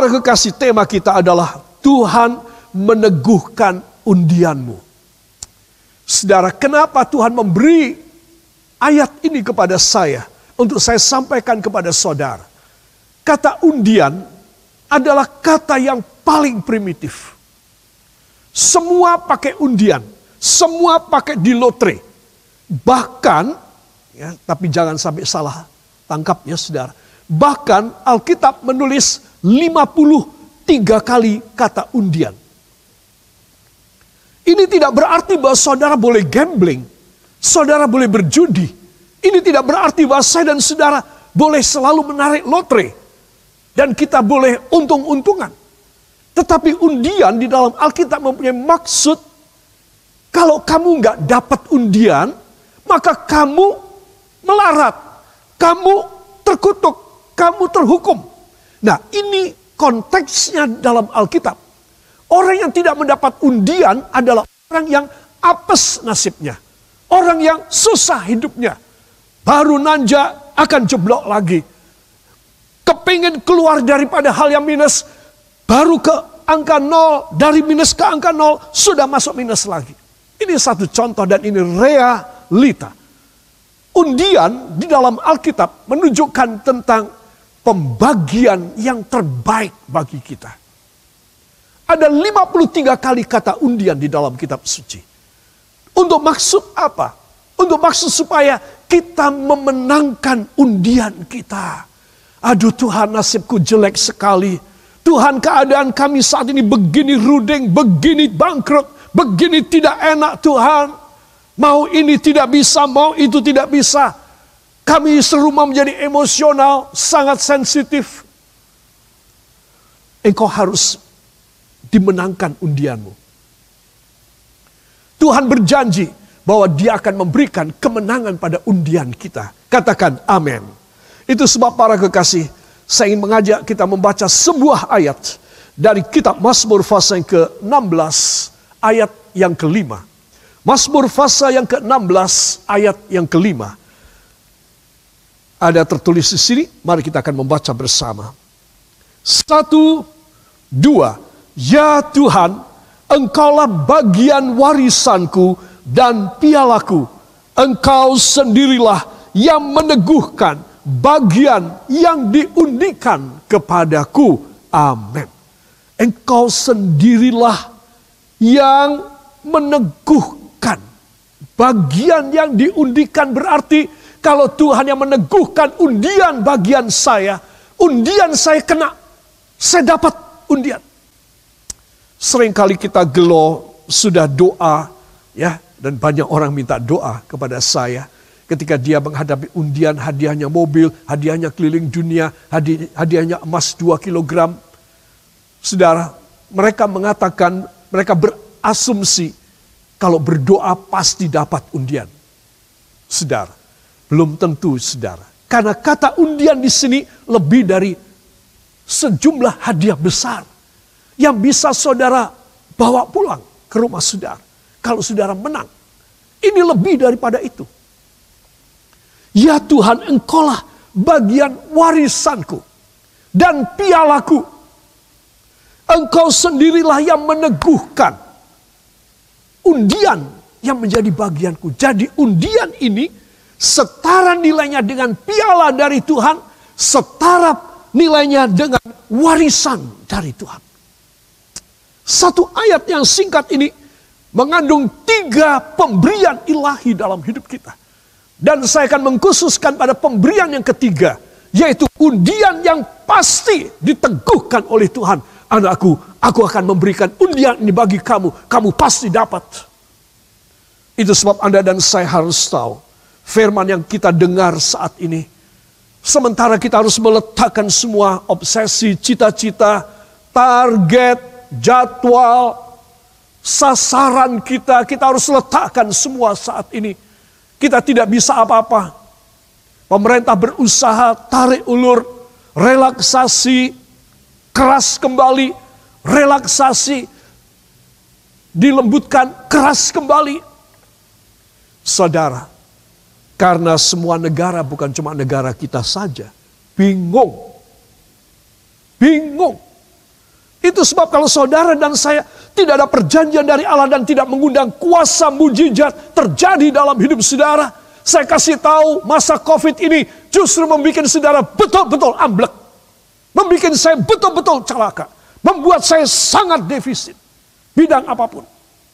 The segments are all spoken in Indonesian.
para kekasih, tema kita adalah Tuhan meneguhkan undianmu. Saudara, kenapa Tuhan memberi ayat ini kepada saya untuk saya sampaikan kepada saudara? Kata undian adalah kata yang paling primitif. Semua pakai undian, semua pakai di lotre. Bahkan, ya, tapi jangan sampai salah tangkap ya saudara. Bahkan Alkitab menulis 53 kali kata undian. Ini tidak berarti bahwa saudara boleh gambling, saudara boleh berjudi. Ini tidak berarti bahwa saya dan saudara boleh selalu menarik lotre. Dan kita boleh untung-untungan. Tetapi undian di dalam Alkitab mempunyai maksud, kalau kamu nggak dapat undian, maka kamu melarat, kamu terkutuk, kamu terhukum. Nah, ini konteksnya dalam Alkitab. Orang yang tidak mendapat undian adalah orang yang apes nasibnya. Orang yang susah hidupnya. Baru nanjak akan jeblok lagi. Kepingin keluar daripada hal yang minus, baru ke angka 0, dari minus ke angka 0, sudah masuk minus lagi. Ini satu contoh dan ini realita. Undian di dalam Alkitab menunjukkan tentang pembagian yang terbaik bagi kita. Ada 53 kali kata undian di dalam kitab suci. Untuk maksud apa? Untuk maksud supaya kita memenangkan undian kita. Aduh Tuhan, nasibku jelek sekali. Tuhan, keadaan kami saat ini begini rudeng, begini bangkrut, begini tidak enak Tuhan. Mau ini tidak bisa, mau itu tidak bisa. Kami serumah menjadi emosional, sangat sensitif. Engkau harus dimenangkan undianmu. Tuhan berjanji bahwa Dia akan memberikan kemenangan pada undian kita. Katakan amin. Itu sebab para kekasih, saya ingin mengajak kita membaca sebuah ayat dari kitab Mazmur pasal yang ke-16 ayat yang ke-5. Mazmur pasal yang ke-16 ayat yang ke-5. Ada tertulis di sini, mari kita akan membaca bersama. 1, 2. Ya Tuhan, Engkaulah bagian warisanku dan pialaku. Engkau sendirilah yang meneguhkan bagian yang diundikan kepadaku. Amin. Engkau sendirilah yang meneguhkan bagian yang diundikan. Berarti kalau Tuhan yang meneguhkan undian bagian saya, undian saya kena, saya dapat undian. Seringkali kita gelo, sudah doa, ya, dan banyak orang minta doa kepada saya. Ketika dia menghadapi undian, hadiahnya mobil, hadiahnya keliling dunia, hadiahnya emas 2 kilogram. Saudara, mereka mengatakan, mereka berasumsi, kalau berdoa pasti dapat undian. Saudara, belum tentu saudara. Karena kata undian di sini lebih dari sejumlah hadiah besar yang bisa saudara bawa pulang ke rumah saudara. Kalau saudara menang. Ini lebih daripada itu. Ya Tuhan, Engkaulah bagian warisanku dan pialaku. Engkau sendirilah yang meneguhkan undian yang menjadi bagianku. Jadi undian ini setara nilainya dengan piala dari Tuhan, setara nilainya dengan warisan dari Tuhan. Satu ayat yang singkat ini mengandung 3 pemberian ilahi dalam hidup kita. Dan saya akan mengkhususkan pada pemberian yang ketiga, yaitu undian yang pasti diteguhkan oleh Tuhan. Anakku, aku akan memberikan undian ini bagi kamu, kamu pasti dapat. Itu sebab Anda dan saya harus tahu, firman yang kita dengar saat ini, sementara kita harus meletakkan semua obsesi, cita-cita, target, jadwal, sasaran kita harus letakkan semua saat ini. Kita tidak bisa apa-apa. Pemerintah berusaha tarik ulur, relaksasi, keras kembali, relaksasi, dilembutkan, keras kembali. Saudara, karena semua negara bukan cuma negara kita saja, bingung. Itu sebab kalau saudara dan saya tidak ada perjanjian dari Allah dan tidak mengundang kuasa mujizat terjadi dalam hidup saudara, saya kasih tahu masa COVID ini justru membuat saudara betul-betul amblek. Membuat saya betul-betul celaka. Membuat saya sangat defisit. Bidang apapun.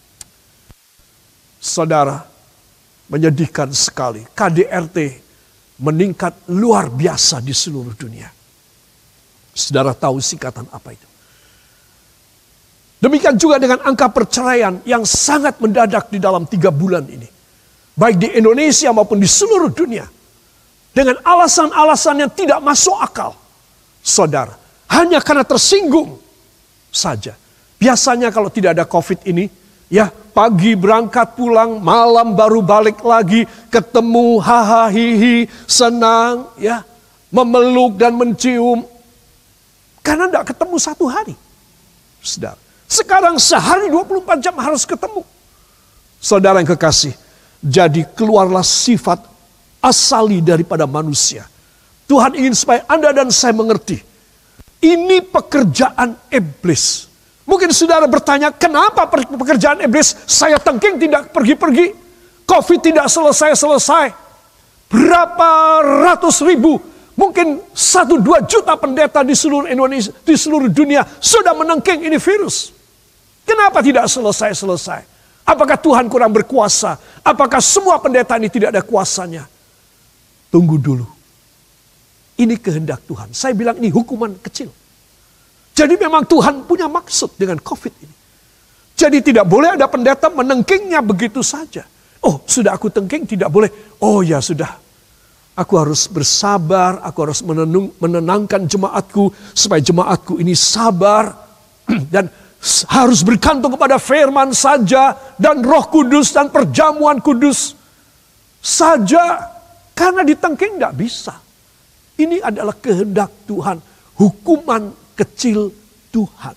Saudara, menyedihkan sekali. KDRT meningkat luar biasa di seluruh dunia. Saudara tahu singkatan apa itu? Demikian juga dengan angka perceraian yang sangat mendadak di dalam 3 bulan ini. Baik di Indonesia maupun di seluruh dunia. Dengan alasan-alasan yang tidak masuk akal. Saudara, hanya karena tersinggung saja. Biasanya kalau tidak ada COVID ini, ya pagi berangkat pulang, malam baru balik lagi, ketemu, haha, hihi, senang, ya memeluk dan mencium. Karena tidak ketemu 1 hari. Saudara. Sekarang sehari 24 jam harus ketemu. Saudara yang kekasih, jadi keluarlah sifat asali daripada manusia. Tuhan ingin supaya Anda dan saya mengerti. Ini pekerjaan iblis. Mungkin saudara bertanya, kenapa pekerjaan iblis? Saya tengking tidak pergi-pergi. COVID tidak selesai-selesai. Berapa ratus ribu, mungkin 1-2 juta pendeta di seluruh Indonesia, di seluruh dunia sudah menengking ini virus. Kenapa tidak selesai-selesai? Apakah Tuhan kurang berkuasa? Apakah semua pendeta ini tidak ada kuasanya? Tunggu dulu. Ini kehendak Tuhan. Saya bilang ini hukuman kecil. Jadi memang Tuhan punya maksud dengan COVID ini. Jadi tidak boleh ada pendeta menengkingnya begitu saja. Oh, sudah aku tengking, tidak boleh. Oh ya sudah. Aku harus bersabar, aku harus menenangkan jemaatku supaya jemaatku ini sabar dan harus bergantung kepada firman saja dan Roh Kudus dan perjamuan kudus saja, karena ditengking tidak bisa. Ini adalah kehendak Tuhan, hukuman kecil Tuhan.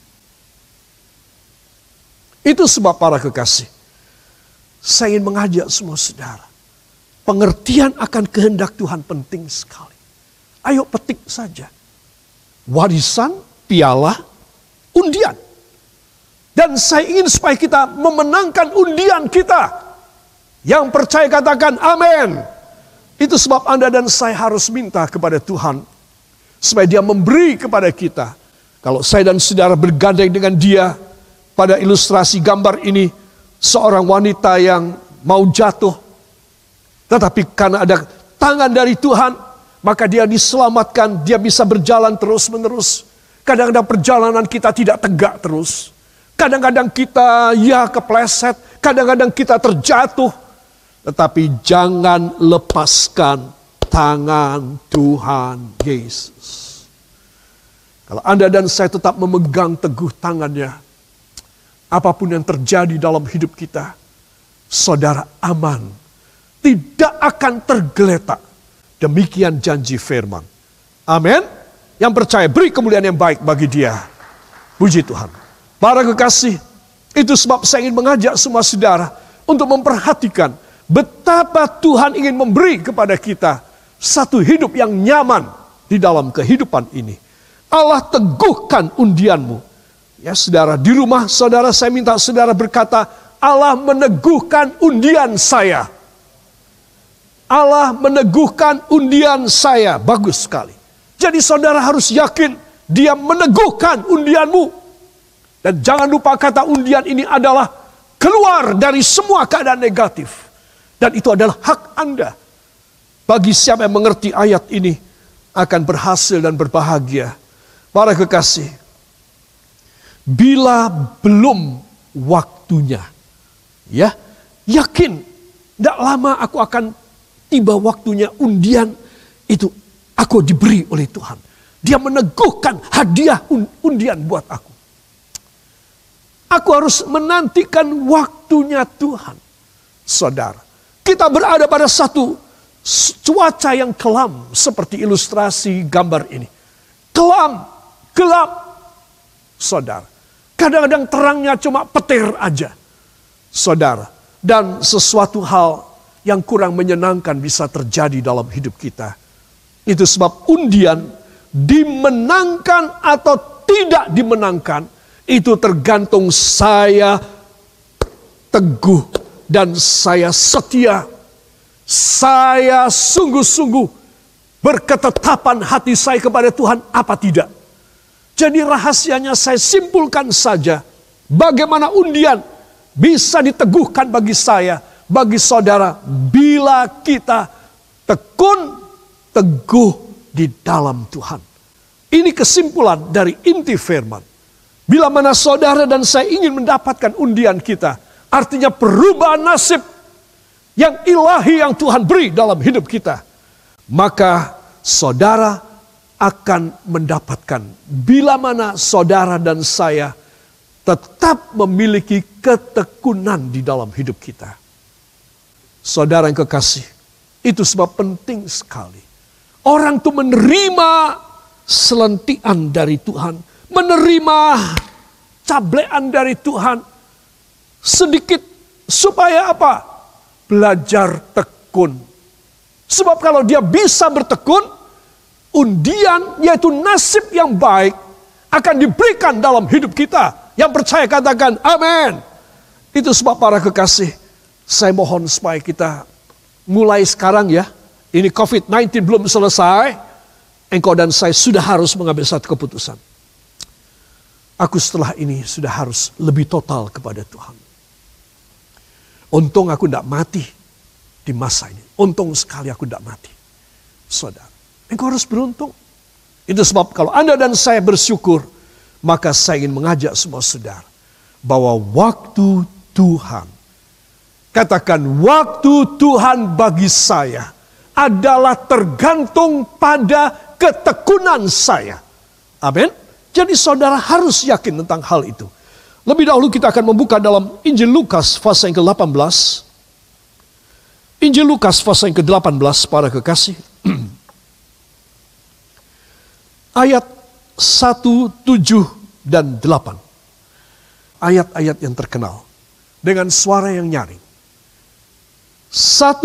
Itu sebab para kekasih, saya ingin mengajak semua saudara, pengertian akan kehendak Tuhan penting sekali. Ayo petik saja. Warisan, piala, undian. Dan saya ingin supaya kita memenangkan undian kita. Yang percaya katakan amin. Itu sebab Anda dan saya harus minta kepada Tuhan. Supaya Dia memberi kepada kita. Kalau saya dan saudara bergandeng dengan Dia. Pada ilustrasi gambar ini. Seorang wanita yang mau jatuh. Tetapi karena ada tangan dari Tuhan. Maka dia diselamatkan. Dia bisa berjalan terus menerus. Kadang-kadang perjalanan kita tidak tegak terus. Kadang-kadang kita kepleset, kadang-kadang kita terjatuh. Tetapi jangan lepaskan tangan Tuhan Yesus. Kalau Anda dan saya tetap memegang teguh tangannya, apapun yang terjadi dalam hidup kita, saudara aman. Tidak akan tergeletak. Demikian janji firman. Amin. Yang percaya beri kemuliaan yang baik bagi Dia. Puji Tuhan. Para kekasih, itu sebab saya ingin mengajak semua saudara untuk memperhatikan betapa Tuhan ingin memberi kepada kita satu hidup yang nyaman di dalam kehidupan ini. Allah teguhkan undianmu. Ya saudara, di rumah saudara saya minta saudara berkata, Allah meneguhkan undian saya. Allah meneguhkan undian saya. Bagus sekali. Jadi saudara harus yakin Dia meneguhkan undianmu. Dan jangan lupa kata undian ini adalah keluar dari semua keadaan negatif. Dan itu adalah hak Anda. Bagi siapa yang mengerti ayat ini akan berhasil dan berbahagia. Para kekasih, bila belum waktunya, ya yakin, tidak lama aku akan tiba waktunya undian itu aku diberi oleh Tuhan. Dia meneguhkan hadiah undian buat aku. Aku harus menantikan waktunya Tuhan. Saudara, kita berada pada satu cuaca yang kelam seperti ilustrasi gambar ini. Kelam, gelap. Saudara, kadang-kadang terangnya cuma petir aja. Saudara, dan sesuatu hal yang kurang menyenangkan bisa terjadi dalam hidup kita. Itu sebab undian dimenangkan atau tidak dimenangkan Itu tergantung saya teguh dan saya setia. Saya sungguh-sungguh berketetapan hati saya kepada Tuhan apa tidak. Jadi rahasianya saya simpulkan saja. Bagaimana undian bisa diteguhkan bagi saya, bagi saudara, bila kita tekun, teguh di dalam Tuhan. Ini kesimpulan dari inti firman. Bila mana saudara dan saya ingin mendapatkan undian kita, artinya perubahan nasib yang ilahi yang Tuhan beri dalam hidup kita, maka saudara akan mendapatkan bila mana saudara dan saya tetap memiliki ketekunan di dalam hidup kita. Saudara yang kekasih, itu sebab penting sekali orang itu menerima selentian dari Tuhan, menerima cablean dari Tuhan sedikit supaya apa? Belajar tekun. Sebab kalau dia bisa bertekun, undian yaitu nasib yang baik akan diberikan dalam hidup kita. Yang percaya katakan amin. Itu sebab para kekasih, saya mohon supaya kita mulai sekarang ya. Ini COVID-19 belum selesai. Engkau dan saya sudah harus mengambil satu keputusan. Aku setelah ini sudah harus lebih total kepada Tuhan. Untung aku tidak mati di masa ini. Untung sekali aku tidak mati. Saudara, engkau harus beruntung. Itu sebab kalau Anda dan saya bersyukur, maka saya ingin mengajak semua saudara bahwa waktu Tuhan, katakan waktu Tuhan bagi saya adalah tergantung pada ketekunan saya. Amin. Jadi saudara harus yakin tentang hal itu. Lebih dahulu kita akan membuka dalam Injil Lukas pasal yang ke-18. Injil Lukas pasal yang ke-18 para kekasih. Ayat 1, 7, dan 8. Ayat-ayat yang terkenal. Dengan suara yang nyaring. 1,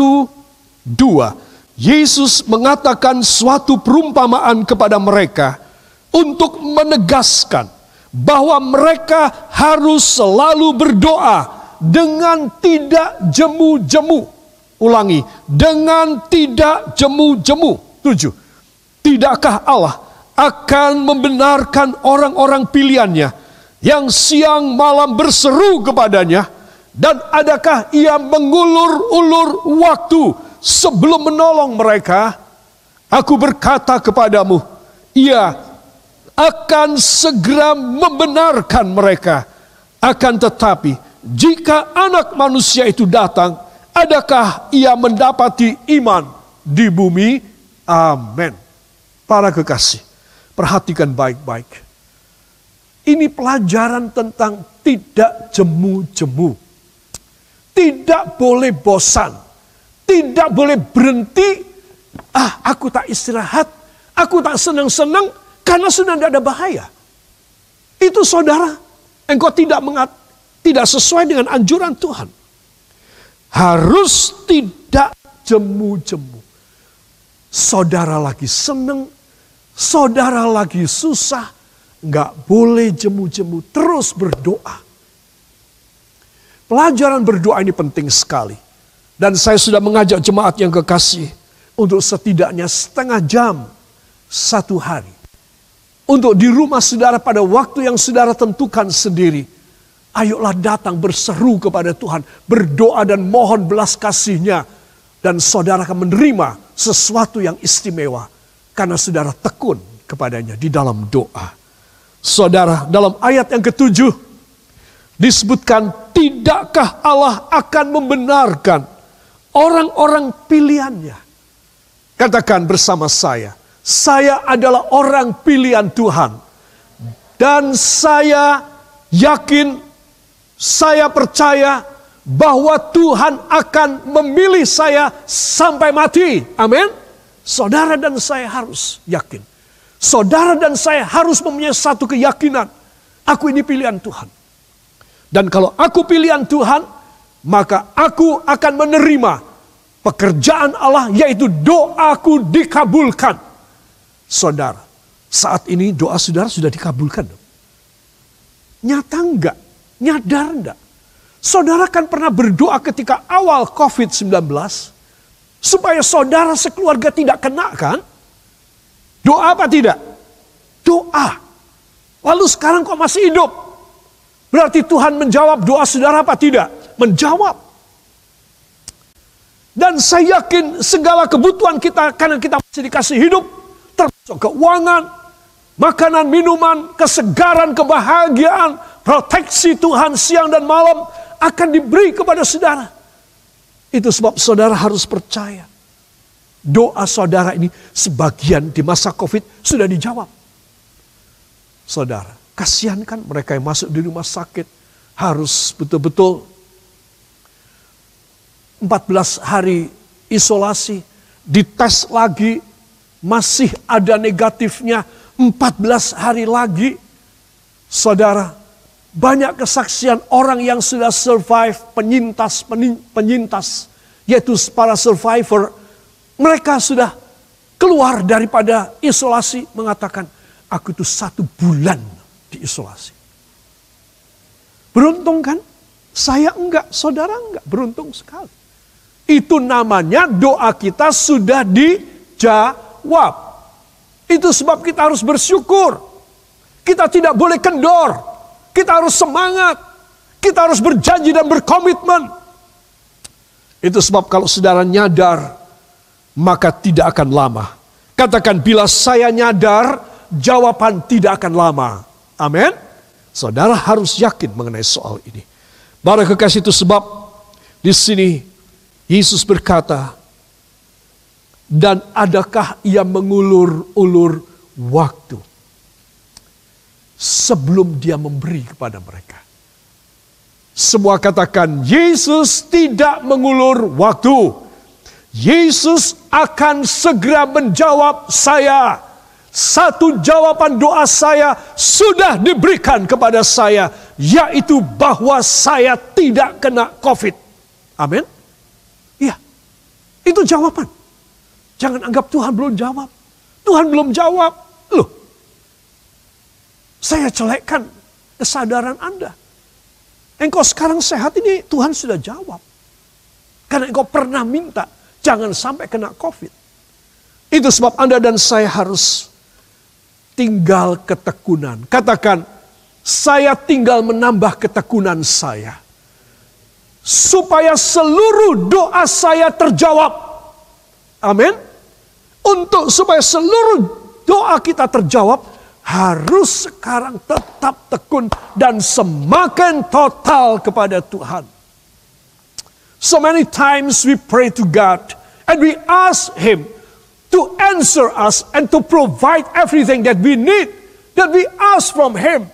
2. Yesus mengatakan suatu perumpamaan kepada mereka untuk menegaskan bahwa mereka harus selalu berdoa dengan tidak jemu-jemu. Ulangi, dengan tidak jemu-jemu. 7. Tidakkah Allah akan membenarkan orang-orang pilihannya yang siang malam berseru kepadanya, dan adakah ia mengulur-ulur waktu sebelum menolong mereka? Aku berkata kepadamu, ia akan segera membenarkan mereka. Akan tetapi, jika Anak Manusia itu datang, adakah ia mendapati iman di bumi? Amin. Para kekasih, perhatikan baik-baik. Ini pelajaran tentang tidak jemu-jemu. Tidak boleh bosan. Tidak boleh berhenti. Aku tak istirahat. Aku tak senang-senang. Karena sudah tidak ada bahaya. Itu saudara, engkau tidak sesuai dengan anjuran Tuhan. Harus tidak jemu-jemu. Saudara lagi senang, saudara lagi susah, nggak boleh jemu-jemu, terus berdoa. Pelajaran berdoa ini penting sekali. Dan saya sudah mengajak jemaat yang kekasih untuk setidaknya setengah jam satu hari. Untuk di rumah saudara pada waktu yang saudara tentukan sendiri. Ayolah datang berseru kepada Tuhan. Berdoa dan mohon belas kasih-Nya. Dan saudara akan menerima sesuatu yang istimewa. Karena saudara tekun kepadanya di dalam doa. Saudara, dalam ayat yang ke-7. Disebutkan, tidakkah Allah akan membenarkan orang-orang pilihannya? Katakan bersama saya. Saya adalah orang pilihan Tuhan. Dan saya yakin, saya percaya bahwa Tuhan akan memilih saya sampai mati. Amin. Saudara dan saya harus yakin. Saudara dan saya harus mempunyai satu keyakinan. Aku ini pilihan Tuhan. Dan kalau aku pilihan Tuhan, maka aku akan menerima pekerjaan Allah, yaitu doaku dikabulkan. Saudara, saat ini doa saudara sudah dikabulkan. Nyata enggak? Nyadar enggak? Saudara kan pernah berdoa ketika awal COVID-19 supaya saudara sekeluarga tidak kena kan? Doa apa tidak? Doa. Lalu sekarang kok masih hidup? Berarti Tuhan menjawab doa saudara apa tidak? Menjawab. Dan saya yakin segala kebutuhan kita karena kita masih dikasih hidup, termasuk keuangan, makanan, minuman, kesegaran, kebahagiaan, proteksi Tuhan siang dan malam akan diberi kepada saudara. Itu sebab saudara harus percaya. Doa saudara ini sebagian di masa COVID sudah dijawab. Saudara, kasihan kan mereka yang masuk di rumah sakit harus betul-betul 14 hari isolasi, dites lagi, masih ada negatifnya 14 hari lagi. Saudara, banyak kesaksian orang yang sudah survive, penyintas, yaitu para survivor. Mereka sudah keluar daripada isolasi mengatakan, aku itu 1 bulan diisolasi. Beruntung kan? Saya enggak, saudara enggak, beruntung sekali. Itu namanya doa kita sudah dijawab. Itu sebab kita harus bersyukur. Kita tidak boleh kendor. Kita harus semangat. Kita harus berjanji dan berkomitmen. Itu sebab kalau saudara nyadar, maka tidak akan lama. Katakan, bila saya nyadar, jawaban tidak akan lama. Amin. Saudara harus yakin mengenai soal ini. Para kekasih, itu sebab di sini Yesus berkata, dan adakah ia mengulur-ulur waktu sebelum dia memberi kepada mereka. Semua katakan, Yesus tidak mengulur waktu. Yesus akan segera menjawab saya. Satu jawaban doa saya sudah diberikan kepada saya, yaitu bahwa saya tidak kena COVID. Amin. Iya, itu jawaban. Jangan anggap Tuhan belum jawab. Tuhan belum jawab. Loh, saya celekkan kesadaran Anda. Engkau sekarang sehat ini Tuhan sudah jawab. Karena engkau pernah minta, jangan sampai kena COVID. Itu sebab Anda dan saya harus tinggal ketekunan. Katakan, saya tinggal menambah ketekunan saya. Supaya seluruh doa saya terjawab. Amin. Untuk supaya seluruh doa kita terjawab, harus sekarang tetap tekun dan semakin total kepada Tuhan. So many times we pray to God and we ask Him to answer us and to provide everything that we need, that we ask from Him.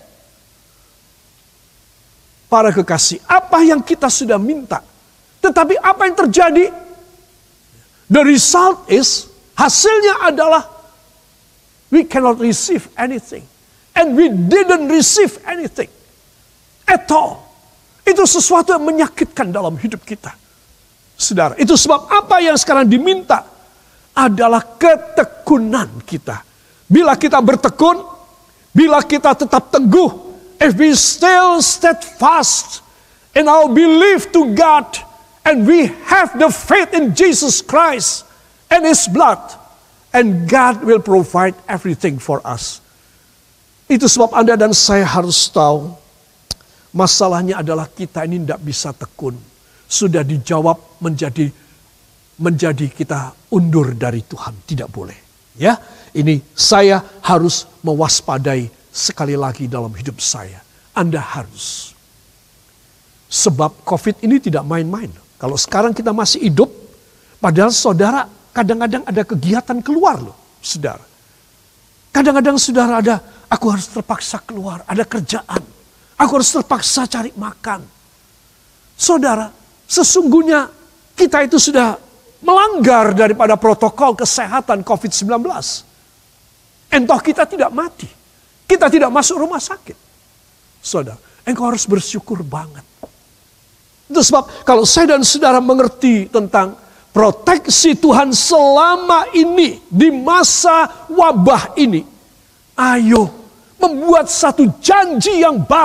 Para kekasih, apa yang kita sudah minta, tetapi apa yang terjadi? The result is, hasilnya adalah we cannot receive anything. And we didn't receive anything at all. Itu sesuatu yang menyakitkan dalam hidup kita. Saudara, itu sebab apa yang sekarang diminta adalah ketekunan kita. Bila kita bertekun, bila kita tetap teguh, if we still steadfast in our belief to God, and we have the faith in Jesus Christ and His blood, and God will provide everything for us. Itu sebab Anda dan saya harus tahu, masalahnya adalah kita ini tidak bisa tekun. Sudah dijawab menjadi kita undur dari Tuhan. Tidak boleh. Ya, ini saya harus mewaspadai sekali lagi dalam hidup saya. Anda harus. Sebab COVID ini tidak main-main. Kalau sekarang kita masih hidup, padahal saudara kadang-kadang ada kegiatan keluar loh, saudara. Kadang-kadang saudara ada, aku harus terpaksa keluar, ada kerjaan. Aku harus terpaksa cari makan. Saudara, sesungguhnya kita itu sudah melanggar daripada protokol kesehatan COVID-19. Entah kita tidak mati. Kita tidak masuk rumah sakit. Saudara, engkau harus bersyukur banget. Itu sebab kalau saya dan saudara mengerti tentang proteksi Tuhan selama ini, di masa wabah ini, ayo membuat satu janji yang baru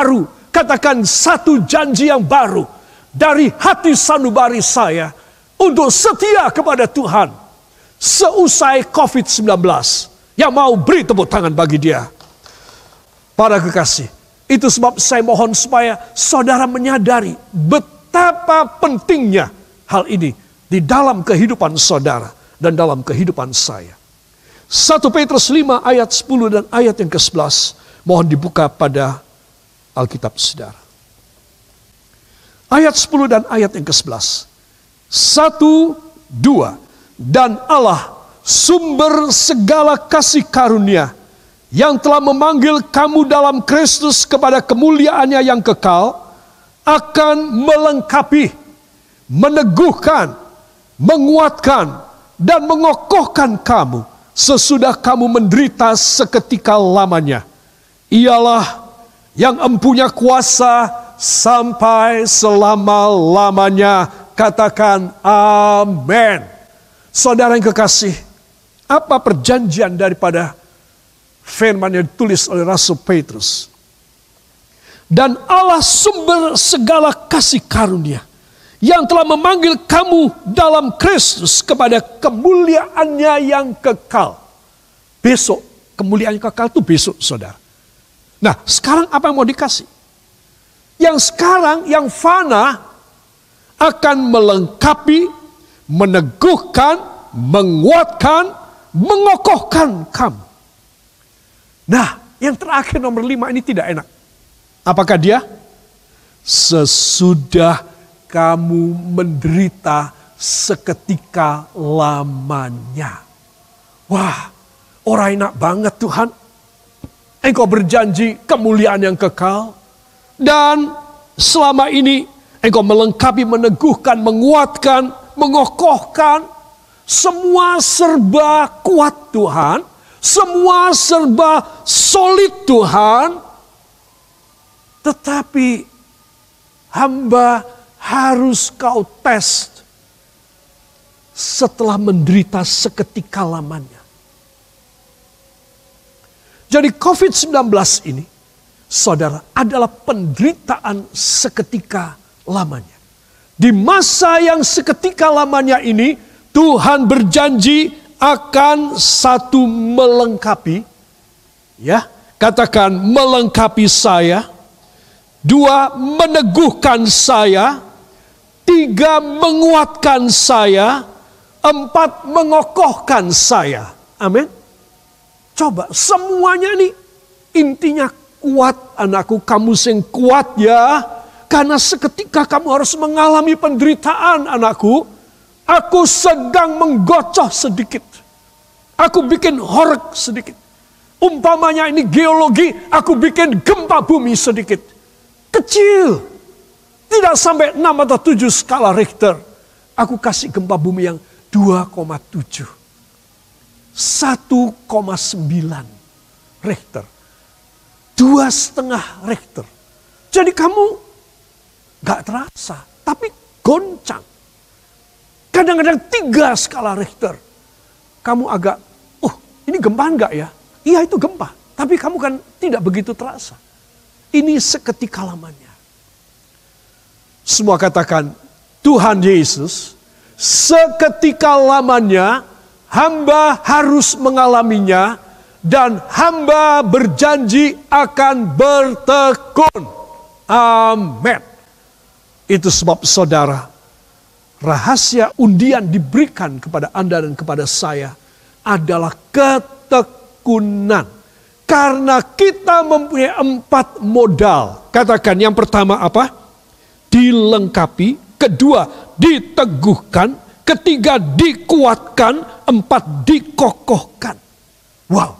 katakan satu janji yang baru dari hati sanubari saya untuk setia kepada Tuhan seusai COVID-19. Yang mau beri tepuk tangan bagi dia. Para kekasih, itu sebab saya mohon supaya saudara menyadari betapa pentingnya hal ini di dalam kehidupan saudara dan dalam kehidupan saya. 1 Petrus 5 ayat 10 dan ayat yang ke-11. Mohon dibuka pada Alkitab saudara. Ayat 10 dan ayat yang ke-11. 1, 2. Dan Allah, sumber segala kasih karunia, yang telah memanggil kamu dalam Kristus kepada kemuliaannya yang kekal, akan melengkapi, meneguhkan, menguatkan, dan mengokohkan kamu sesudah kamu menderita seketika lamanya. Ialah yang empunya kuasa sampai selama-lamanya. Katakan amin. Saudara yang kekasih, apa perjanjian daripada firman yang ditulis oleh Rasul Petrus? Dan Allah sumber segala kasih karunia, yang telah memanggil kamu dalam Kristus kepada kemuliaannya yang kekal. Besok, kemuliaan yang kekal itu besok, saudara. Nah, sekarang apa yang mau dikasih? Yang sekarang, yang fana, akan melengkapi, meneguhkan, menguatkan, mengokohkan kamu. Nah, yang terakhir nomor 5 ini tidak enak. Apakah dia? Sesudah kamu menderita seketika lamanya. Wah, orang enak banget Tuhan. Engkau berjanji kemuliaan yang kekal. Dan selama ini engkau melengkapi, meneguhkan, menguatkan, mengokohkan. Semua serba kuat Tuhan. Semua serba solid Tuhan. Tetapi hamba harus kau tes setelah menderita seketika lamanya. Jadi COVID-19 ini, saudara, adalah penderitaan seketika lamanya. Di masa yang seketika lamanya ini, Tuhan berjanji akan satu melengkapi, ya, katakan melengkapi saya. 2, meneguhkan saya. 3, menguatkan saya. 4, mengokohkan saya. Amin. Coba semuanya nih intinya kuat anakku, kamu sing kuat ya. Karena seketika kamu harus mengalami penderitaan anakku. Aku sedang menggocoh sedikit. Aku bikin horeg sedikit. Umpamanya ini geologi, aku bikin gempa bumi sedikit. Kecil. Tidak sampai 6 atau 7 skala Richter. Aku kasih gempa bumi yang 2,7. 1,9 Richter. 2,5 Richter. Jadi kamu gak terasa, tapi goncang. Kadang-kadang 3 skala Richter. Kamu agak, ini gempa enggak ya? Iya itu gempa. Tapi kamu kan tidak begitu terasa. Ini seketika lamanya. Semua katakan, Tuhan Yesus, seketika lamanya hamba harus mengalaminya dan hamba berjanji akan bertekun. Amin. Itu sebab saudara, rahasia undian diberikan kepada Anda dan kepada saya adalah ketekunan. Karena kita mempunyai 4 modal. Katakan yang pertama apa? Dilengkapi. Kedua, diteguhkan. Ketiga, dikuatkan. 4, dikokohkan. Wow.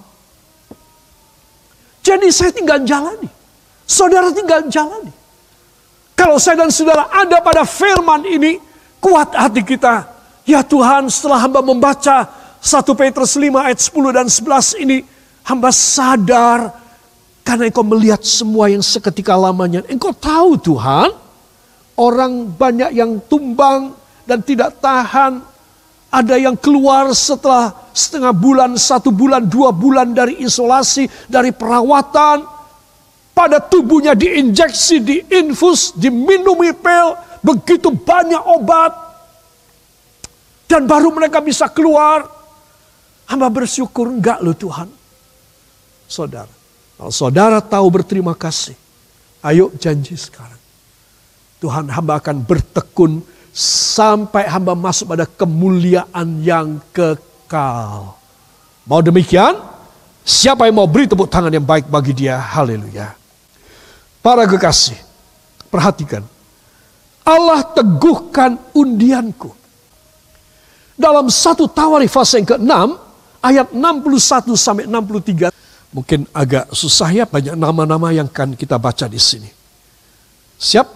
Jadi saya tinggal jalani. Saudara tinggal jalani. Kalau saya dan saudara ada pada firman ini, kuat hati kita. Ya Tuhan, setelah hamba membaca 1 Petrus 5 ayat 10 dan 11 ini, hamba sadar karena engkau melihat semua yang seketika lamanya. Engkau tahu Tuhan, orang banyak yang tumbang dan tidak tahan. Ada yang keluar setelah setengah bulan, 1 bulan, 2 bulan dari isolasi, dari perawatan. pada tubuhnya diinjeksi, diinfus, diminumi pil, begitu banyak obat. Dan baru mereka bisa keluar. Hamba bersyukur, enggak loh Tuhan. Saudara, kalau saudara tahu berterima kasih, ayo janji sekarang. Tuhan, hamba akan bertekun sampai hamba masuk pada kemuliaan yang kekal. Mau demikian? Siapa yang mau beri tepuk tangan yang baik bagi dia? Haleluya. Para kekasih, perhatikan. Allah teguhkan undianku. Dalam 1 Tawarikh pasal yang ke-6, ayat 61 sampai 63. Mungkin agak susah ya, banyak nama-nama yang akan kita baca di sini. Siap?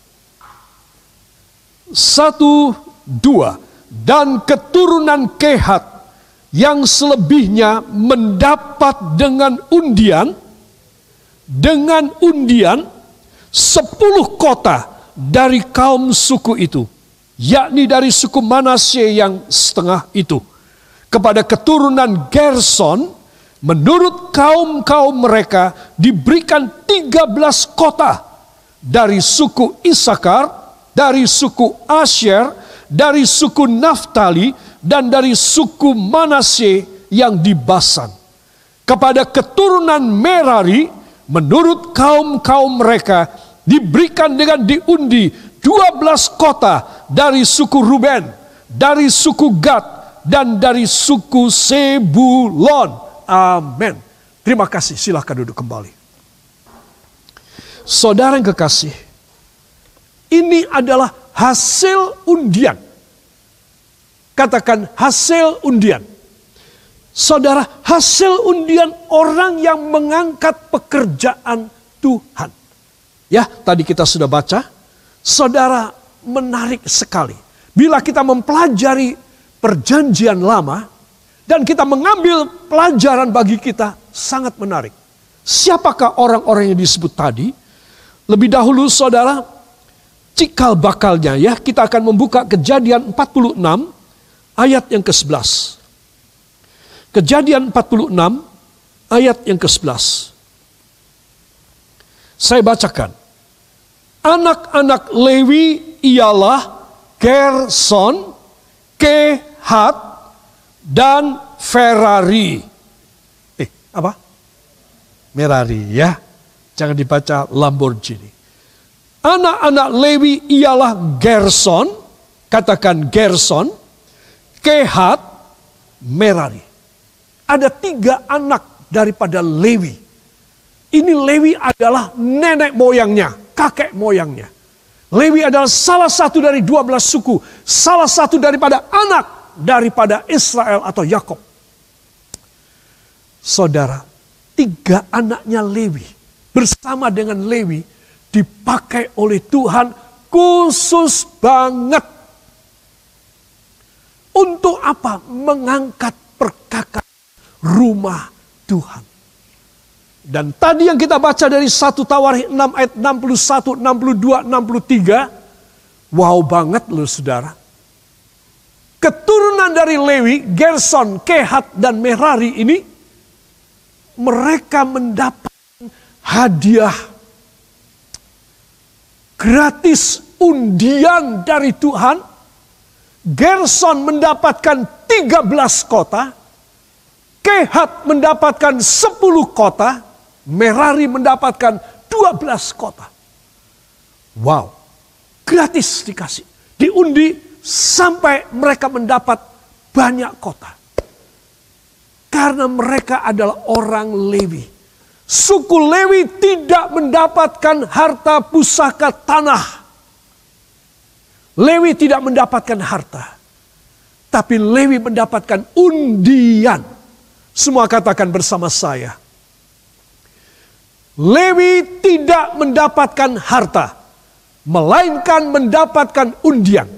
1, 2. Dan keturunan Kehat yang selebihnya mendapat dengan undian 10 kota dari kaum suku itu, yakni dari suku Manasye yang setengah itu. Kepada keturunan Gerson, menurut kaum-kaum mereka diberikan 13 kota dari suku Isakar, dari suku Asyer, dari suku Naftali, dan dari suku Manasye yang di Basan. Kepada keturunan Merari, menurut kaum-kaum mereka, diberikan dengan diundi 12 kota dari suku Ruben, dari suku Gad, dan dari suku Sebulon. Amin. Terima kasih, silakan duduk kembali. Saudara yang kekasih, ini adalah hasil undian. Katakan hasil undian. Saudara, hasil undian orang yang mengangkat pekerjaan Tuhan. Ya, tadi kita sudah baca. Saudara, menarik sekali. Bila kita mempelajari perjanjian lama dan kita mengambil pelajaran bagi kita, sangat menarik. Siapakah orang-orang yang disebut tadi? Lebih dahulu saudara, cikal bakalnya ya, kita akan membuka Kejadian 46 ayat yang ke-11. Kejadian 46 ayat yang ke-11. Saya bacakan. Anak-anak Lewi ialah Gerson, Kehat, dan Ferari. Apa? Merari ya. Jangan dibaca Lamborghini. Anak-anak Lewi ialah Gerson, katakan Gerson, Kehat, Merari. Ada 3 anak daripada Lewi. Ini Lewi adalah nenek moyangnya, kakek moyangnya. Lewi adalah salah satu dari 12 suku, salah satu daripada anak daripada Israel atau Yakub. Saudara, 3 anaknya Lewi bersama dengan Lewi dipakai oleh Tuhan khusus banget. Untuk apa? Mengangkat perkakas rumah Tuhan. Dan tadi yang kita baca dari 1 Tawarikh 6 ayat 61, 62, 63. Wow banget loh saudara. Keturunan dari Lewi, Gerson, Kehat, dan Merari ini, mereka mendapat hadiah gratis undian dari Tuhan. Gerson mendapatkan 13 kota. Kehat mendapatkan 10 kota. Merari mendapatkan 12 kota. Wow. Gratis dikasih. Diundi sampai mereka mendapat banyak kota. Karena mereka adalah orang Lewi. Suku Lewi tidak mendapatkan harta pusaka tanah. Lewi tidak mendapatkan harta. Tapi Lewi mendapatkan undian. Semua katakan bersama saya. Lewi tidak mendapatkan harta. Melainkan mendapatkan undian.